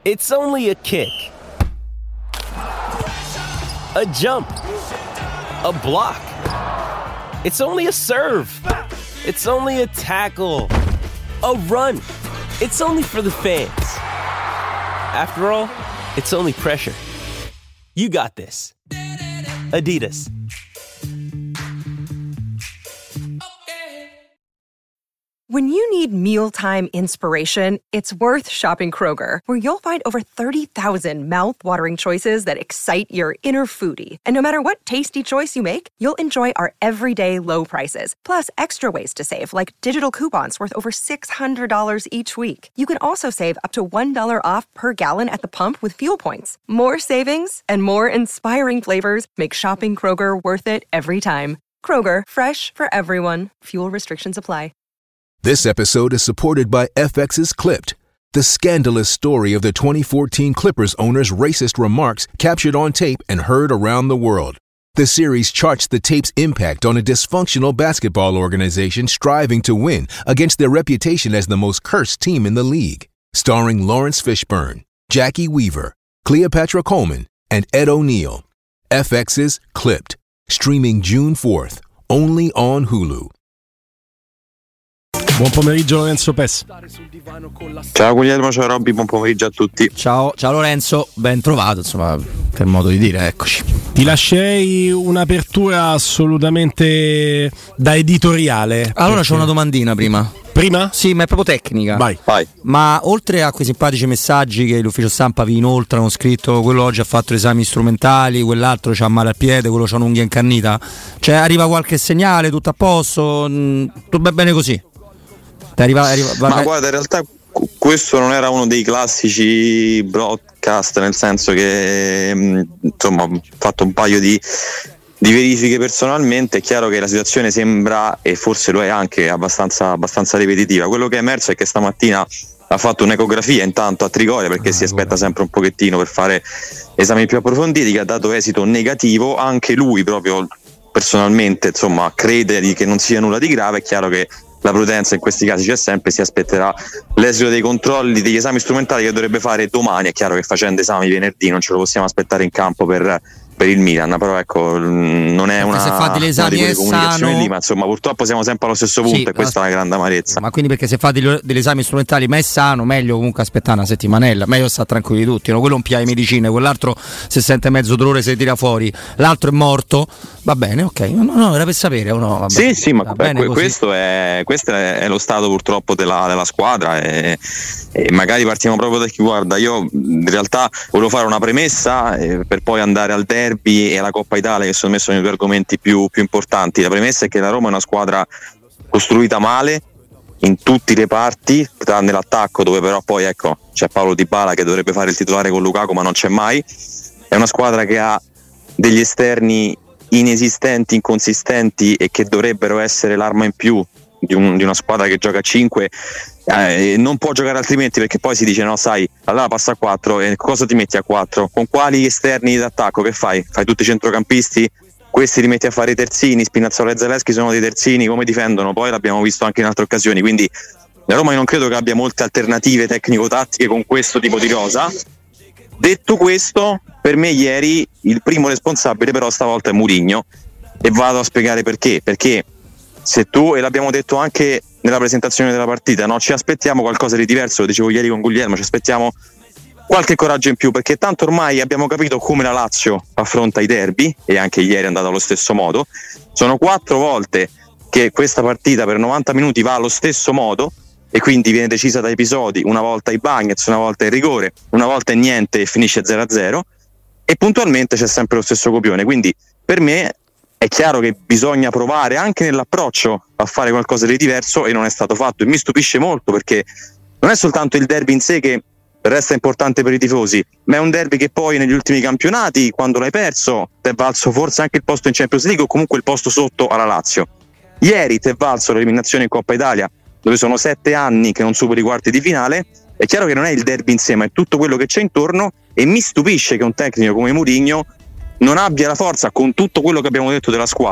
It's only a kick. A jump. A block. It's only a serve. It's only a tackle. A run. It's only for the fans. After all, it's only pressure. You got this. Adidas. When you need mealtime inspiration, it's worth shopping Kroger, where you'll find over 30,000 mouth-watering choices that excite your inner foodie. And no matter what tasty choice you make, you'll enjoy our everyday low prices, plus extra ways to save, like digital coupons worth over $600 each week. You can also save up to $1 off per gallon at the pump with fuel points. More savings and more inspiring flavors make shopping Kroger worth it every time. Kroger, fresh for everyone. Fuel restrictions apply. This episode is supported by FX's Clipped, the scandalous story of the 2014 Clippers owner's racist remarks captured on tape and heard around the world. The series charts the tape's impact on a dysfunctional basketball organization striving to win against their reputation as the most cursed team in the league. Starring Lawrence Fishburne, Jackie Weaver, Cleopatra Coleman, and Ed O'Neill. FX's Clipped, streaming June 4th, only on Hulu. Buon pomeriggio Lorenzo Pes. Ciao Guglielmo, ciao Robby, buon pomeriggio a tutti. Ciao Lorenzo, ben trovato, insomma, per modo di dire, eccoci. Ti lascerei un'apertura assolutamente da editoriale. Allora perché... c'ho una domandina prima. Prima? Sì, ma è proprio tecnica. Vai. Ma oltre a quei simpatici messaggi che l'ufficio stampa vi inoltrano, scritto quello oggi ha fatto esami strumentali, quell'altro c'ha male al piede, quello c'ha un'unghia incarnita, cioè arriva qualche segnale, tutto a posto, tutto bene così? Ma guarda, in realtà questo non era uno dei classici broadcast, nel senso che insomma ho fatto un paio di verifiche personalmente. È chiaro che la situazione sembra, e forse lo è anche, abbastanza ripetitiva. Quello che è emerso è che stamattina ha fatto un'ecografia intanto a Trigoria, perché si aspetta sempre un pochettino per fare esami più approfonditi, che ha dato esito negativo. Anche lui proprio personalmente insomma crede che non sia nulla di grave. È chiaro che la prudenza in questi casi c'è sempre, si aspetterà l'esito dei controlli, degli esami strumentali che dovrebbe fare domani. È chiaro che facendo esami venerdì non ce lo possiamo aspettare in campo per il Milan, però ecco, non è una di quelle comunicazioni lì, ma insomma purtroppo siamo sempre allo stesso punto, e questa è la grande amarezza. Ma quindi, perché se fate degli esami strumentali ma è sano, meglio comunque aspettare una settimanella, meglio sta tranquilli tutti, no? Quello un piaio di medicine, quell'altro se sente mezzo dolore se tira fuori, l'altro è morto, va bene, ok, no, era per sapere o no? Sì, ma questo è lo stato purtroppo della squadra, e magari partiamo proprio da chi. Guarda, io in realtà volevo fare una premessa per poi andare al derby e alla Coppa Italia, che secondo me sono i due argomenti più importanti. La premessa è che la Roma è una squadra costruita male in tutti i reparti, tranne l'attacco, dove però poi ecco c'è Paulo Dybala che dovrebbe fare il titolare con Lukaku, ma non c'è mai. È una squadra che ha degli esterni inesistenti, inconsistenti, e che dovrebbero essere l'arma in più di una squadra che gioca a 5. Non può giocare altrimenti, perché poi si dice no, sai, allora passa a 4, e cosa ti metti a 4? Con quali esterni d'attacco? Che fai? Fai tutti i centrocampisti? Questi li metti a fare i terzini? Spinazzola e Zalewski sono dei terzini, come difendono? Poi l'abbiamo visto anche in altre occasioni, quindi la Roma io non credo che abbia molte alternative tecnico-tattiche con questo tipo di rosa. Detto questo, per me ieri il primo responsabile però stavolta è Mourinho, e vado a spiegare perché. Perché se tu, e l'abbiamo detto anche nella presentazione della partita, no, ci aspettiamo qualcosa di diverso, lo dicevo ieri con Guglielmo, ci aspettiamo qualche coraggio in più, perché tanto ormai abbiamo capito come la Lazio affronta i derby, e anche ieri è andata allo stesso modo. Sono 4 volte che questa partita per 90 minuti va allo stesso modo, e quindi viene decisa da episodi: una volta i Bagnets, una volta il rigore, una volta niente e finisce 0-0, e puntualmente c'è sempre lo stesso copione. Quindi per me è chiaro che bisogna provare anche nell'approccio a fare qualcosa di diverso, e non è stato fatto, e mi stupisce molto, perché non è soltanto il derby in sé che resta importante per i tifosi, ma è un derby che poi negli ultimi campionati, quando l'hai perso, ti è valso forse anche il posto in Champions League, o comunque il posto sotto alla Lazio. Ieri ti è valso l'eliminazione in Coppa Italia, dove sono 7 anni che non superi i quarti di finale. È chiaro che non è il derby in sé, ma è tutto quello che c'è intorno, e mi stupisce che un tecnico come Mourinho non abbia la forza, con tutto quello che abbiamo detto della squadra,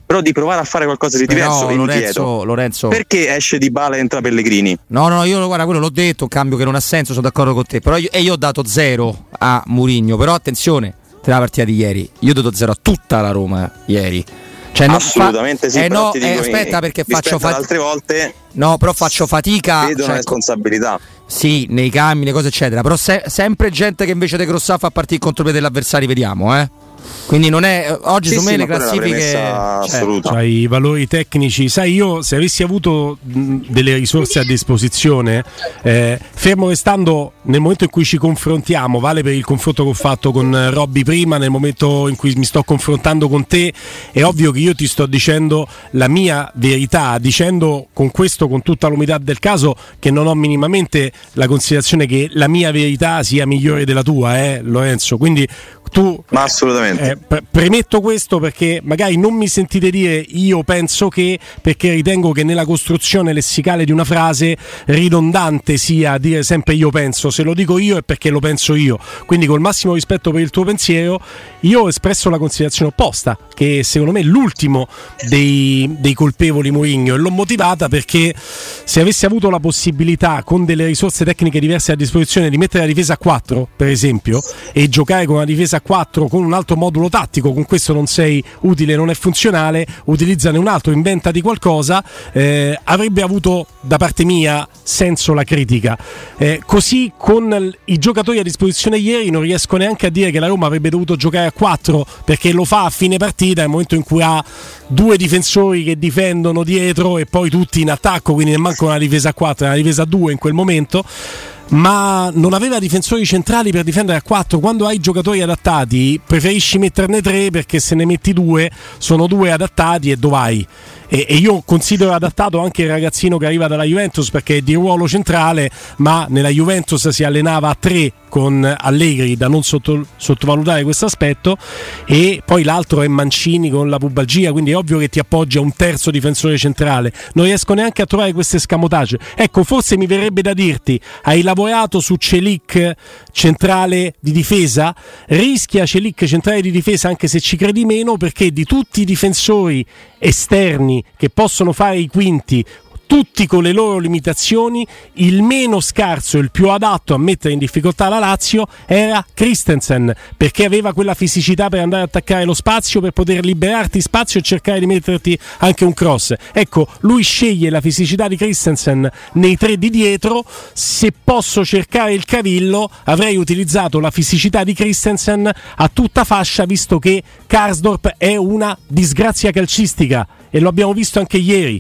però di provare a fare qualcosa di diverso. Lorenzo, perché esce Dybala e entra Pellegrini? No, io guarda, quello l'ho detto, un cambio che non ha senso, sono d'accordo con te, però io ho dato 0 a Mourinho, però attenzione, tra la partita di ieri, io ho dato 0 a tutta la Roma ieri. Cioè, assolutamente sì, però ti dico, aspetta, perché faccio altre volte però faccio fatica, vedo una responsabilità. Sì, nei cambi, le cose eccetera, però sempre gente che invece di crossare fa partire il contropiede dell'avversario, vediamo, quindi non è oggi su me le classifiche cioè, i valori tecnici, sai, io se avessi avuto delle risorse a disposizione, fermo restando nel momento in cui ci confrontiamo, vale per il confronto che ho fatto con Robby prima, nel momento in cui mi sto confrontando con te, è ovvio che io ti sto dicendo la mia verità, dicendo con questo, con tutta l'umiltà del caso, che non ho minimamente la considerazione che la mia verità sia migliore della tua, Lorenzo, quindi ma assolutamente premetto questo perché magari non mi sentite dire io penso che, perché ritengo che nella costruzione lessicale di una frase ridondante sia dire sempre io penso. Se lo dico io è perché lo penso io, quindi col massimo rispetto per il tuo pensiero io ho espresso la considerazione opposta, che secondo me è l'ultimo dei colpevoli Mourinho, e l'ho motivata perché se avessi avuto la possibilità con delle risorse tecniche diverse a disposizione di mettere la difesa a 4 per esempio e giocare con una difesa a 4 con un altro modulo tattico, con questo non sei utile, non è funzionale, utilizzane un altro, inventati qualcosa, avrebbe avuto da parte mia senso la critica. Così con i giocatori a disposizione ieri non riesco neanche a dire che la Roma avrebbe dovuto giocare a 4, perché lo fa a fine partita nel momento in cui ha 2 difensori che difendono dietro e poi tutti in attacco, quindi ne manca una difesa a 4, una difesa a 2 in quel momento, ma non aveva difensori centrali per difendere a 4. Quando hai giocatori adattati preferisci metterne 3, perché se ne metti 2 sono 2 adattati e dov'hai? E io considero adattato anche il ragazzino che arriva dalla Juventus, perché è di ruolo centrale, ma nella Juventus si allenava a 3 con Allegri, da non sottovalutare questo aspetto, e poi l'altro è Mancini con la pubalgia, quindi è ovvio che ti appoggi a un terzo difensore centrale. Non riesco neanche a trovare queste escamotage. Ecco, forse mi verrebbe da dirti: hai lavorato su Celik centrale di difesa? Rischia Celik centrale di difesa, anche se ci credi meno, perché di tutti i difensori esterni che possono fare i quinti, tutti con le loro limitazioni, il meno scarso, il più adatto a mettere in difficoltà la Lazio era Christensen, perché aveva quella fisicità per andare ad attaccare lo spazio, per poter liberarti spazio e cercare di metterti anche un cross. Ecco, lui sceglie la fisicità di Christensen nei 3 di dietro. Se posso cercare il cavillo, avrei utilizzato la fisicità di Christensen a tutta fascia, visto che Karsdorp è una disgrazia calcistica e lo abbiamo visto anche ieri.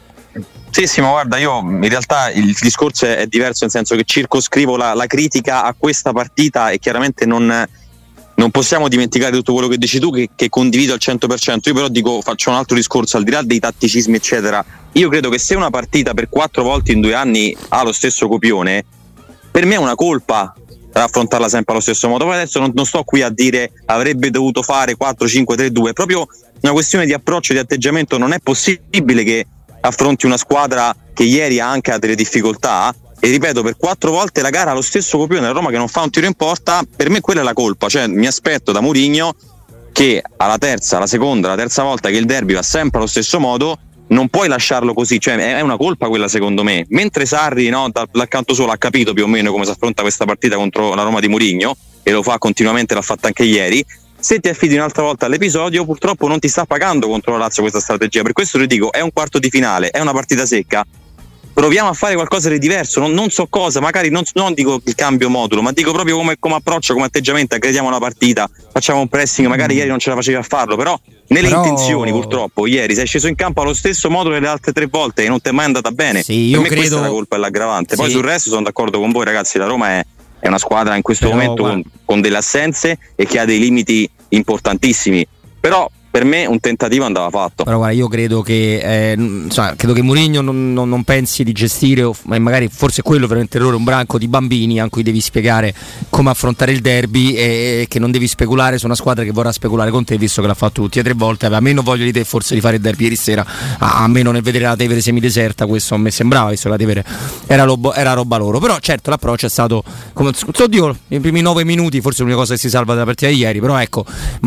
Sì, ma guarda, io in realtà il discorso è diverso, nel senso che circoscrivo la critica a questa partita, e chiaramente non possiamo dimenticare tutto quello che dici tu, che condivido al 100%. Io però faccio un altro discorso, al di là dei tatticismi eccetera. Io credo che se una partita per 4 volte in 2 anni ha lo stesso copione, per me è una colpa affrontarla sempre allo stesso modo. Poi adesso non sto qui a dire avrebbe dovuto fare 4-5-3-2, è proprio una questione di approccio, di atteggiamento. Non è possibile che affronti una squadra che ieri ha anche delle difficoltà, e ripeto, per 4 volte la gara ha lo stesso copione, la Roma che non fa un tiro in porta. Per me quella è la colpa, cioè mi aspetto da Mourinho che alla seconda, la terza volta che il derby va sempre allo stesso modo, non puoi lasciarlo così, cioè è una colpa quella secondo me. Mentre Sarri, dall'accanto solo, ha capito più o meno come si affronta questa partita contro la Roma di Mourinho, e lo fa continuamente, l'ha fatto anche ieri. Se ti affidi un'altra volta all'episodio, purtroppo non ti sta pagando contro la Lazio questa strategia. Per questo ti dico, è un quarto di finale, è una partita secca, proviamo a fare qualcosa di diverso, non so cosa, magari non dico il cambio modulo, ma dico proprio come approccio, come atteggiamento. Aggrediamo la partita, facciamo un pressing, magari ieri non ce la facevi a farlo, però nelle intenzioni purtroppo ieri sei sceso in campo allo stesso modo delle altre 3 volte e non ti è mai andata bene. Sì, io per me credo... questa è la colpa e l'aggravante. Poi sì. Sul resto sono d'accordo con voi ragazzi, la Roma è una squadra in questo momento con delle assenze e che ha dei limiti importantissimi, però per me un tentativo andava fatto. Però guarda, io credo che Mourinho non pensi di gestire, ma magari forse quello veramente errore, un branco di bambini a cui devi spiegare come affrontare il derby, e che non devi speculare su una squadra che vorrà speculare con te, visto che l'ha fatto tutte e 3 volte. Aveva meno voglia di te forse di fare il derby ieri sera, a meno nel vedere la Tevere semideserta. Questo a me sembrava, visto che la Tevere era roba loro. Però certo l'approccio è stato, come oddio, nei primi 9 minuti forse l'unica cosa che si salva della partita di ieri, però ecco, ma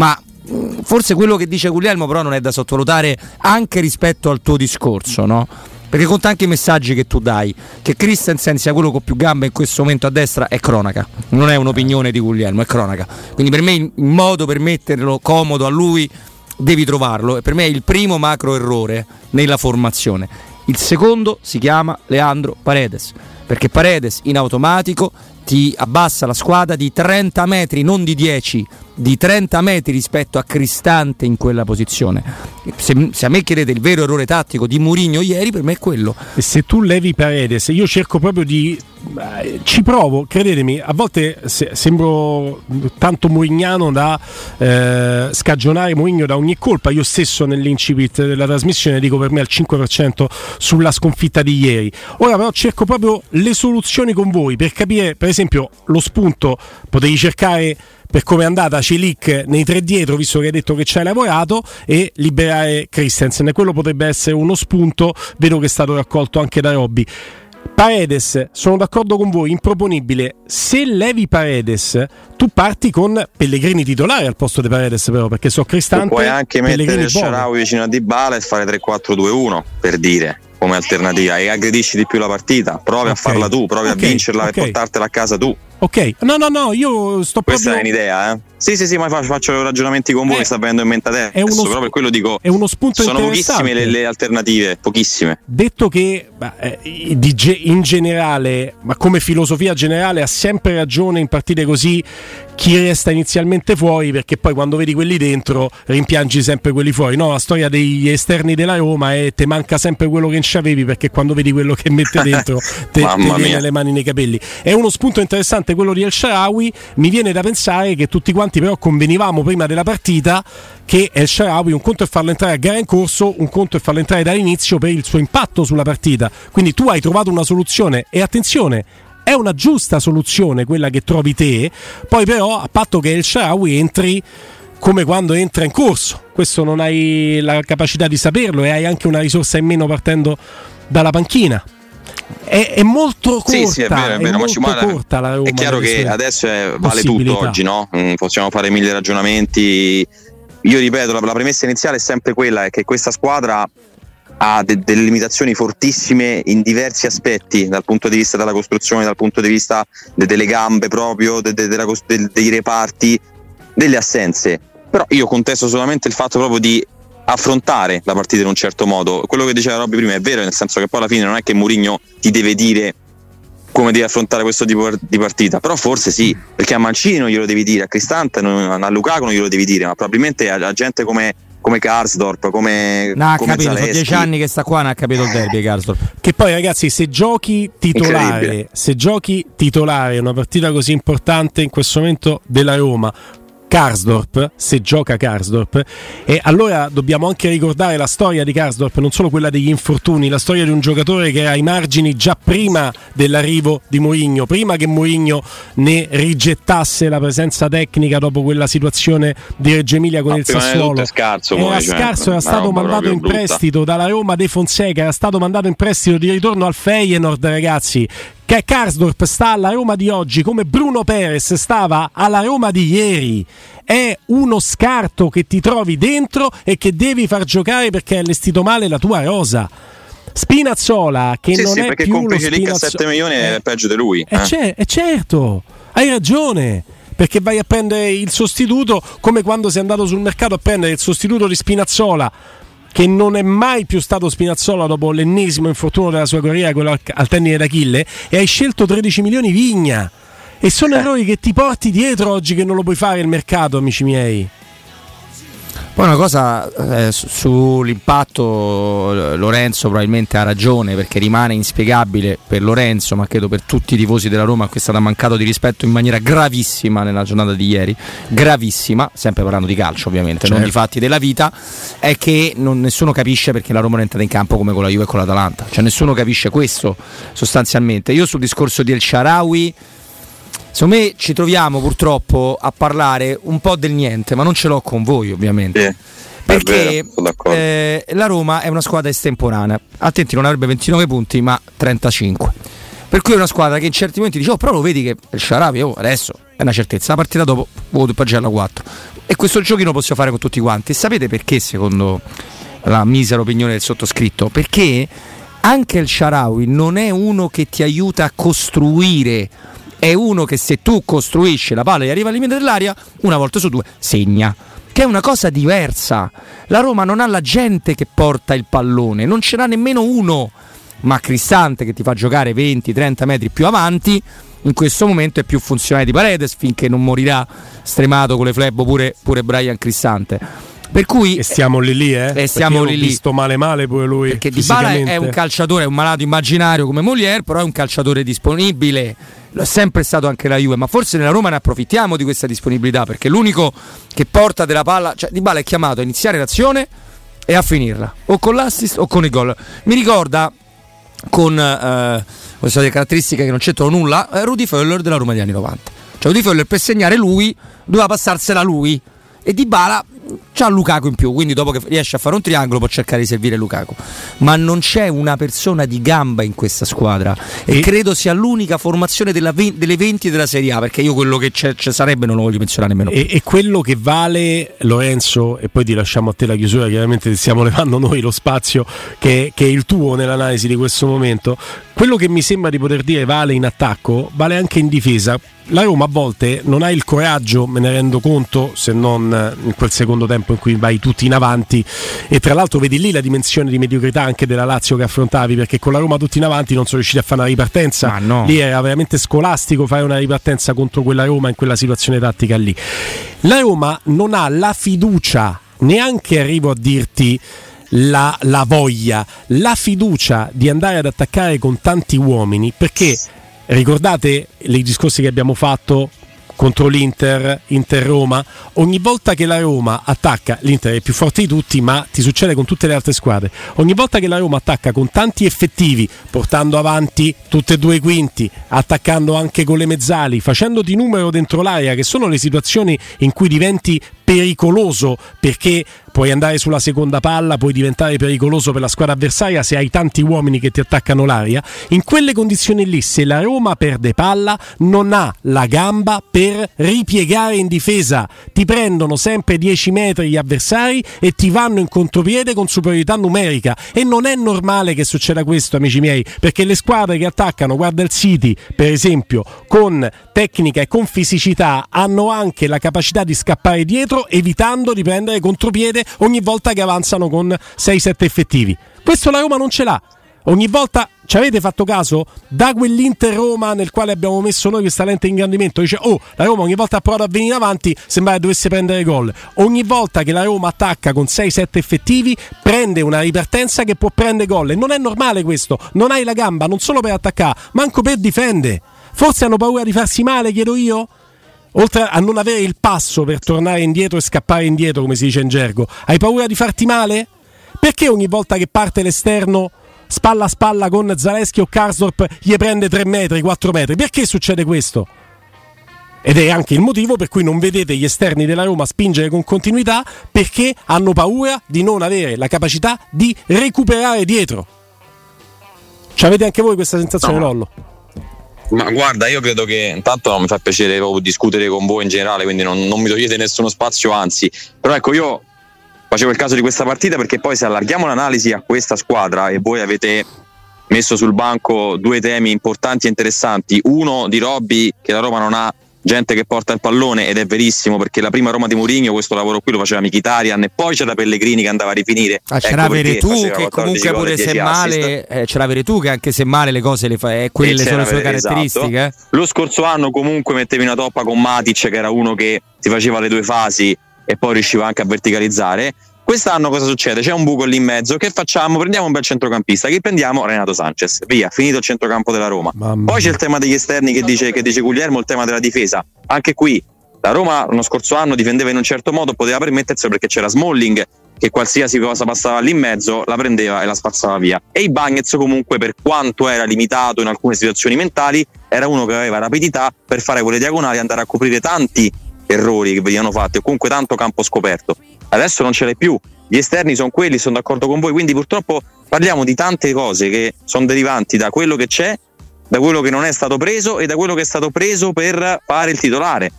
forse quello che dice Guglielmo però non è da sottovalutare anche rispetto al tuo discorso, no? Perché conta anche i messaggi che tu dai, che Christensen sia quello con più gambe in questo momento a destra è cronaca, non è un'opinione di Guglielmo, è cronaca. Quindi per me il modo per metterlo comodo a lui devi trovarlo, e per me è il primo macro errore nella formazione. Il secondo si chiama Leandro Paredes, perché Paredes in automatico ti abbassa la squadra di 30 metri, non di 10, di 30 metri rispetto a Cristante in quella posizione. Se a me chiedete il vero errore tattico di Mourinho ieri, per me è quello. E se tu levi Paredes, io cerco proprio di... ci provo, credetemi, a volte sembro tanto mourinhiano da scagionare Mourinho da ogni colpa. Io stesso nell'incipit della trasmissione dico per me al 5% sulla sconfitta di ieri. Ora però cerco proprio le soluzioni con voi per capire, per esempio, lo spunto potevi cercare per come è andata Celik nei tre dietro, visto che hai detto che ci hai lavorato, e liberare Christensen. Quello potrebbe essere uno spunto, vedo che è stato raccolto anche da Robby. Paredes, sono d'accordo con voi, improponibile. Se levi Paredes, tu parti con Pellegrini titolare al posto di Paredes, però, perché so Cristante. Puoi anche Pellegrini mettere Shaarawy vicino a Dybala e fare 3-4-2-1, per dire, come alternativa, e aggredisci di più la partita, provi a farla tu, provi a vincerla e portartela a casa tu. Ok, no, io sto questa proprio... è un'idea, eh? Sì, ma faccio ragionamenti con voi, sta venendo in mente adesso, però per quello dico, è uno spunto sono pochissime le alternative, pochissime. Detto che in generale, ma come filosofia generale, ha sempre ragione in partite così chi resta inizialmente fuori, perché poi quando vedi quelli dentro rimpiangi sempre quelli fuori, no? La storia degli esterni della Roma è te manca sempre quello che non c'avevi, perché quando vedi quello che mette dentro te viene le mani nei capelli. È uno spunto interessante quello di El Shaarawy. Mi viene da pensare che tutti quanti però convenivamo prima della partita che El Shaarawy, un conto è farlo entrare a gara in corso, un conto è farlo entrare dall'inizio per il suo impatto sulla partita. Quindi tu hai trovato una soluzione, e attenzione, è una giusta soluzione quella che trovi te, poi però a patto che El Shaarawy entri come quando entra in corso. Questo non hai la capacità di saperlo, e hai anche una risorsa in meno partendo dalla panchina. È molto corta, sì, è vero, molto corta la Roma. È chiaro che adesso vale tutto oggi, no? Possiamo fare mille ragionamenti. Io ripeto, la premessa iniziale è sempre quella, è che questa squadra ha delle limitazioni fortissime in diversi aspetti, dal punto di vista della costruzione, dal punto di vista delle gambe proprio, dei reparti, delle assenze. Però io contesto solamente il fatto proprio di affrontare la partita in un certo modo. Quello che diceva Robby prima è vero, nel senso che poi alla fine non è che Mourinho ti deve dire come devi affrontare questo tipo di partita, però forse sì, perché a Mancini non glielo devi dire, a Cristante, a Lukaku non glielo devi dire, ma probabilmente a gente come Karsdorp, come ha capito, sono 10 anni che sta qua, non ha capito il derby Karsdorp. Che poi, ragazzi, se giochi titolare una partita così importante in questo momento della Roma, Karsdorp, se gioca Karsdorp, e allora dobbiamo anche ricordare la storia di Karsdorp, non solo quella degli infortuni, la storia di un giocatore che era ai margini già prima dell'arrivo di Mourinho, prima che Mourinho ne rigettasse la presenza tecnica dopo quella situazione di Reggio Emilia con il Sassuolo. Era stato mandato in prestito dalla Roma De Fonseca, era stato mandato in prestito di ritorno al Feyenoord, ragazzi. Che Karsdorp sta alla Roma di oggi come Bruno Perez stava alla Roma di ieri. È uno scarto che ti trovi dentro e che devi far giocare perché è allestito male la tua rosa. Spinazzola, che non è più lo Spinazzola, a 7 milioni è peggio di lui. Certo, hai ragione, perché vai a prendere il sostituto come quando sei andato sul mercato a prendere il sostituto di Spinazzola, che non è mai più stato Spinazzola dopo l'ennesimo infortunio della sua carriera, quello al tendine d'Achille, e hai scelto 13 milioni Vigna. E sono errori che ti porti dietro oggi, che non lo puoi fare il mercato, amici miei. Poi una cosa sull'impatto, Lorenzo probabilmente ha ragione, perché rimane inspiegabile per Lorenzo, ma credo per tutti i tifosi della Roma, che è stato mancato di rispetto in maniera gravissima nella giornata di ieri, gravissima, sempre parlando di calcio ovviamente, certo, non di fatti della vita, è che nessuno capisce perché la Roma non è entrata in campo come con la Juve e con l'Atalanta, cioè nessuno capisce questo sostanzialmente. Io sul discorso di El Shaarawy, secondo me ci troviamo purtroppo a parlare un po' del niente, ma non ce l'ho con voi ovviamente, perché la Roma è una squadra estemporanea. Attenti, non avrebbe 29 punti ma 35, per cui è una squadra che in certi momenti dice però lo vedi che il Shaarawy adesso è una certezza, la partita dopo voto Pagella 4, E questo giochino possiamo fare con tutti quanti. E sapete perché, secondo la misera opinione del sottoscritto? Perché anche il Shaarawy non è uno che ti aiuta a costruire, è uno che se tu costruisci la palla e arriva al limite dell'area, una volta su due segna, che è una cosa diversa. La Roma non ha la gente che porta il pallone, non ce n'ha nemmeno uno, ma Cristante che ti fa giocare 20-30 metri più avanti in questo momento è più funzionale di Paredes, finché non morirà stremato con le flebo pure Brian Cristante. Per cui e stiamo lì, e stiamo lì. Visto male pure lui. Perché Dybala è un calciatore, è un malato immaginario come Molière, però è un calciatore disponibile. Lo è sempre stato anche la Juve, ma forse nella Roma ne approfittiamo di questa disponibilità, perché l'unico che porta della palla, cioè Dybala è chiamato a iniziare l'azione e a finirla, o con l'assist o con il gol. Mi ricorda con queste caratteristiche che non c'entrano nulla, Rudi Völler della Roma degli anni 90. Cioè Rudi Völler per segnare lui doveva passarsela lui, e Dybala c'ha Lukaku in più, quindi dopo che riesce a fare un triangolo può cercare di servire Lukaku, ma non c'è una persona di gamba in questa squadra, e credo sia l'unica formazione delle 20 della Serie A, perché io quello che c'è sarebbe non lo voglio menzionare nemmeno. E quello che vale, Lorenzo, e poi ti lasciamo a te la chiusura, chiaramente ti stiamo levando noi lo spazio che è il tuo nell'analisi di questo momento, quello che mi sembra di poter dire vale in attacco, vale anche in difesa. La Roma a volte non ha il coraggio, me ne rendo conto, se non in quel secondo tempo in cui vai tutti in avanti, e tra l'altro vedi lì la dimensione di mediocrità anche della Lazio che affrontavi, perché con la Roma tutti in avanti non sono riusciti a fare una ripartenza, no. Lì era veramente scolastico fare una ripartenza contro quella Roma in quella situazione tattica lì. La Roma non ha la fiducia, neanche arrivo a dirti la voglia, la fiducia di andare ad attaccare con tanti uomini, perché ricordate i discorsi che abbiamo fatto contro Inter-Roma? Ogni volta che la Roma attacca, l'Inter è più forte di tutti, ma ti succede con tutte le altre squadre, ogni volta che la Roma attacca con tanti effettivi, portando avanti tutte e due i quinti, attaccando anche con le mezzali, facendoti numero dentro l'area, che sono le situazioni in cui diventi pericoloso, perché puoi andare sulla seconda palla, puoi diventare pericoloso per la squadra avversaria se hai tanti uomini che ti attaccano l'area. In quelle condizioni lì, se la Roma perde palla, non ha la gamba per ripiegare in difesa, ti prendono sempre 10 metri gli avversari e ti vanno in contropiede con superiorità numerica, e non è normale che succeda questo, amici miei, perché le squadre che attaccano, guarda il City per esempio, con tecnica e con fisicità, hanno anche la capacità di scappare dietro evitando di prendere contropiede ogni volta che avanzano con 6-7 effettivi. Questo la Roma non ce l'ha. Ogni volta, ci avete fatto caso? Da quell'Inter-Roma nel quale abbiamo messo noi questa lente ingrandimento, dice la Roma ogni volta ha provato a venire avanti, sembra che dovesse prendere gol. Ogni volta che la Roma attacca con 6-7 effettivi prende una ripartenza che può prendere gol, e non è normale questo. Non hai la gamba non solo per attaccare, ma anche per difendere. Forse hanno paura di farsi male, chiedo io? Oltre a non avere il passo per tornare indietro e scappare indietro, come si dice in gergo, hai paura di farti male? Perché ogni volta che parte l'esterno spalla a spalla con Zalewski o Karsdorp gli prende 3 metri, 4 metri? Perché succede questo? Ed è anche il motivo per cui non vedete gli esterni della Roma spingere con continuità, perché hanno paura di non avere la capacità di recuperare dietro. Ci avete anche voi questa sensazione, Lollo? Ma guarda, io credo che intanto mi fa piacere proprio discutere con voi in generale, quindi non mi togliete nessuno spazio, anzi. Però ecco, io facevo il caso di questa partita perché poi se allarghiamo l'analisi a questa squadra, e voi avete messo sul banco due temi importanti e interessanti, uno di Robby, che la Roma non ha gente che porta il pallone, ed è verissimo, perché la prima Roma di Mourinho questo lavoro qui lo faceva Mkhitaryan, e poi c'era Pellegrini che andava a rifinire. C'era Veretù che comunque pure se male, c'era Veretù che anche se male le cose le fa, quelle sono le sue caratteristiche. Esatto. Lo scorso anno comunque mettevi una toppa con Matic, che era uno che ti faceva le due fasi e poi riusciva anche a verticalizzare. Quest'anno cosa succede? C'è un buco lì in mezzo, che facciamo? Prendiamo un bel centrocampista, che prendiamo? Renato Sanchez, via, finito il centrocampo della Roma. Poi c'è il tema degli esterni che dice Guglielmo, il tema della difesa. Anche qui la Roma lo scorso anno difendeva in un certo modo, poteva permetterselo perché c'era Smalling che qualsiasi cosa passava lì in mezzo la prendeva e la spazzava via, e Ibañez comunque, per quanto era limitato in alcune situazioni mentali, era uno che aveva rapidità per fare quelle diagonali e andare a coprire tanti errori che venivano fatti, o comunque tanto campo scoperto. Adesso non ce l'hai più, gli esterni sono quelli, sono d'accordo con voi, quindi purtroppo parliamo di tante cose che sono derivanti da quello che c'è, da quello che non è stato preso e da quello che è stato preso per fare il titolare.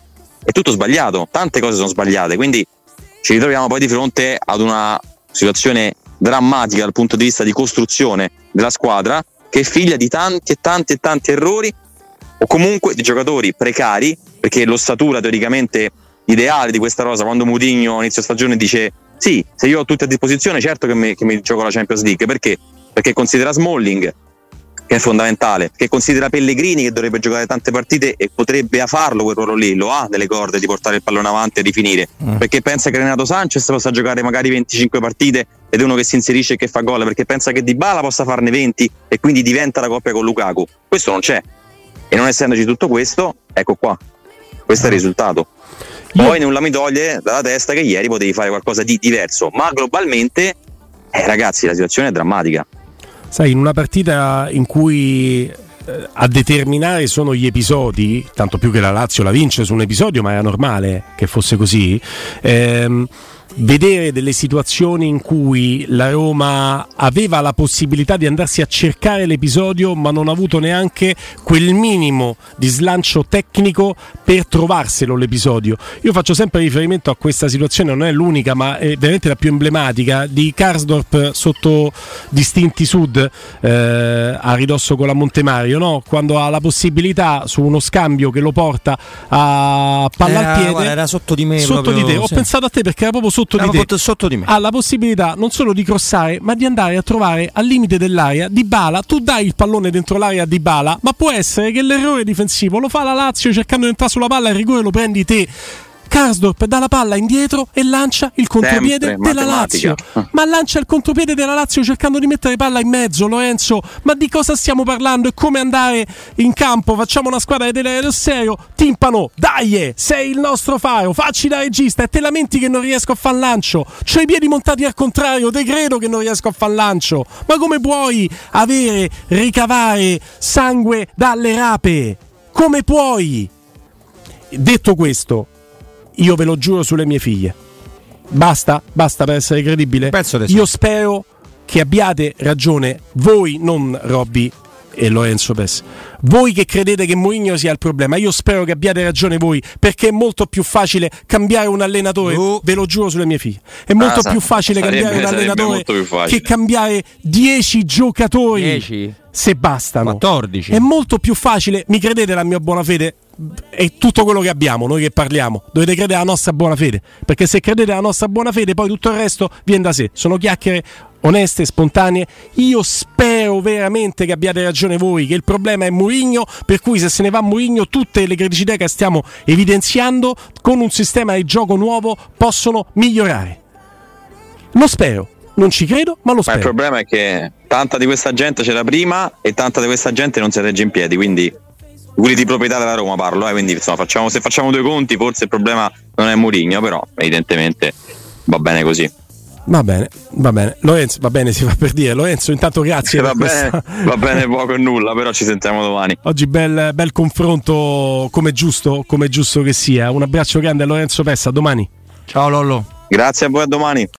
è tutto sbagliato, tante cose sono sbagliate, quindi ci ritroviamo poi di fronte ad una situazione drammatica dal punto di vista di costruzione della squadra, che è figlia di tanti errori, o comunque di giocatori precari, perché l'ossatura teoricamente ideale di questa rosa, quando Mourinho a inizio stagione dice sì, se io ho tutti a disposizione certo che mi gioco la Champions League, perché considera Smalling, che è fondamentale, che considera Pellegrini, che dovrebbe giocare tante partite e potrebbe farlo quel ruolo lì, lo ha delle corde di portare il pallone avanti e di finire, perché pensa che Renato Sanchez possa giocare magari 25 partite ed è uno che si inserisce e che fa gol, perché pensa che Dybala possa farne 20 e quindi diventa la coppia con Lukaku. Questo non c'è, e non essendoci tutto questo, ecco qua, questo è il risultato. Poi nulla mi toglie dalla testa che ieri potevi fare qualcosa di diverso, ma globalmente ragazzi, la situazione è drammatica. Sai, in una partita in cui a determinare sono gli episodi, tanto più che la Lazio la vince su un episodio, ma era normale che fosse così, vedere delle situazioni in cui la Roma aveva la possibilità di andarsi a cercare l'episodio, ma non ha avuto neanche quel minimo di slancio tecnico per trovarselo l'episodio. Io faccio sempre riferimento a questa situazione, non è l'unica, ma è veramente la più emblematica, di Karsdorp sotto Distinti Sud, a ridosso con la Montemario, no? Quando ha la possibilità su uno scambio che lo porta a palla al piede, guarda, era sotto di me, sotto proprio, di te. Ho pensato a te perché era proprio sotto di me. Ha la possibilità non solo di crossare, ma di andare a trovare al limite dell'area Dybala. Tu dai il pallone dentro l'area a Dybala, ma può essere che l'errore difensivo lo fa la Lazio cercando di entrare sulla palla, il rigore lo prendi te. Karsdorp dà la palla indietro e lancia il contropiede sempre della Lazio, ma lancia il contropiede della Lazio cercando di mettere palla in mezzo. Lorenzo, ma di cosa stiamo parlando? È come andare in campo, facciamo una squadra del serio, timpano, dai, sei il nostro faro, facci da regista e te lamenti che non riesco a far lancio, c'ho i piedi montati al contrario, te credo che non riesco a far lancio. Ma come puoi ricavare sangue dalle rape? Come puoi? Detto questo, io ve lo giuro sulle mie figlie, basta per essere credibile. Io spero che abbiate ragione voi, non Robby e Lorenzo Pes, voi che credete che Mourinho sia il problema. Io spero che abbiate ragione voi, perché è molto più facile cambiare un allenatore, ve lo giuro sulle mie figlie, è molto più facile cambiare un allenatore che cambiare 10 giocatori 10? Se bastano 14. È molto più facile, mi credete la mia buona fede? È tutto quello che abbiamo, noi che parliamo, dovete credere alla nostra buona fede, perché se credete alla nostra buona fede poi tutto il resto viene da sé, sono chiacchiere oneste, spontanee. Io spero veramente che abbiate ragione voi, che il problema è Mourinho, per cui se se ne va Mourinho tutte le criticità che stiamo evidenziando con un sistema di gioco nuovo possono migliorare. Lo spero, non ci credo, ma lo spero. Ma il problema è che tanta di questa gente c'era prima e tanta di questa gente non si regge in piedi, quindi quelli di proprietà della Roma parlo, quindi insomma, se facciamo due conti forse il problema non è Mourinho, però evidentemente va bene così. Va bene. Lorenzo, va bene, si fa per dire. Lorenzo, intanto grazie. Va bene poco e nulla, però ci sentiamo domani. Oggi bel confronto, come giusto che sia. Un abbraccio grande a Lorenzo Pessa, domani. Ciao Lollo. Grazie a voi, a domani.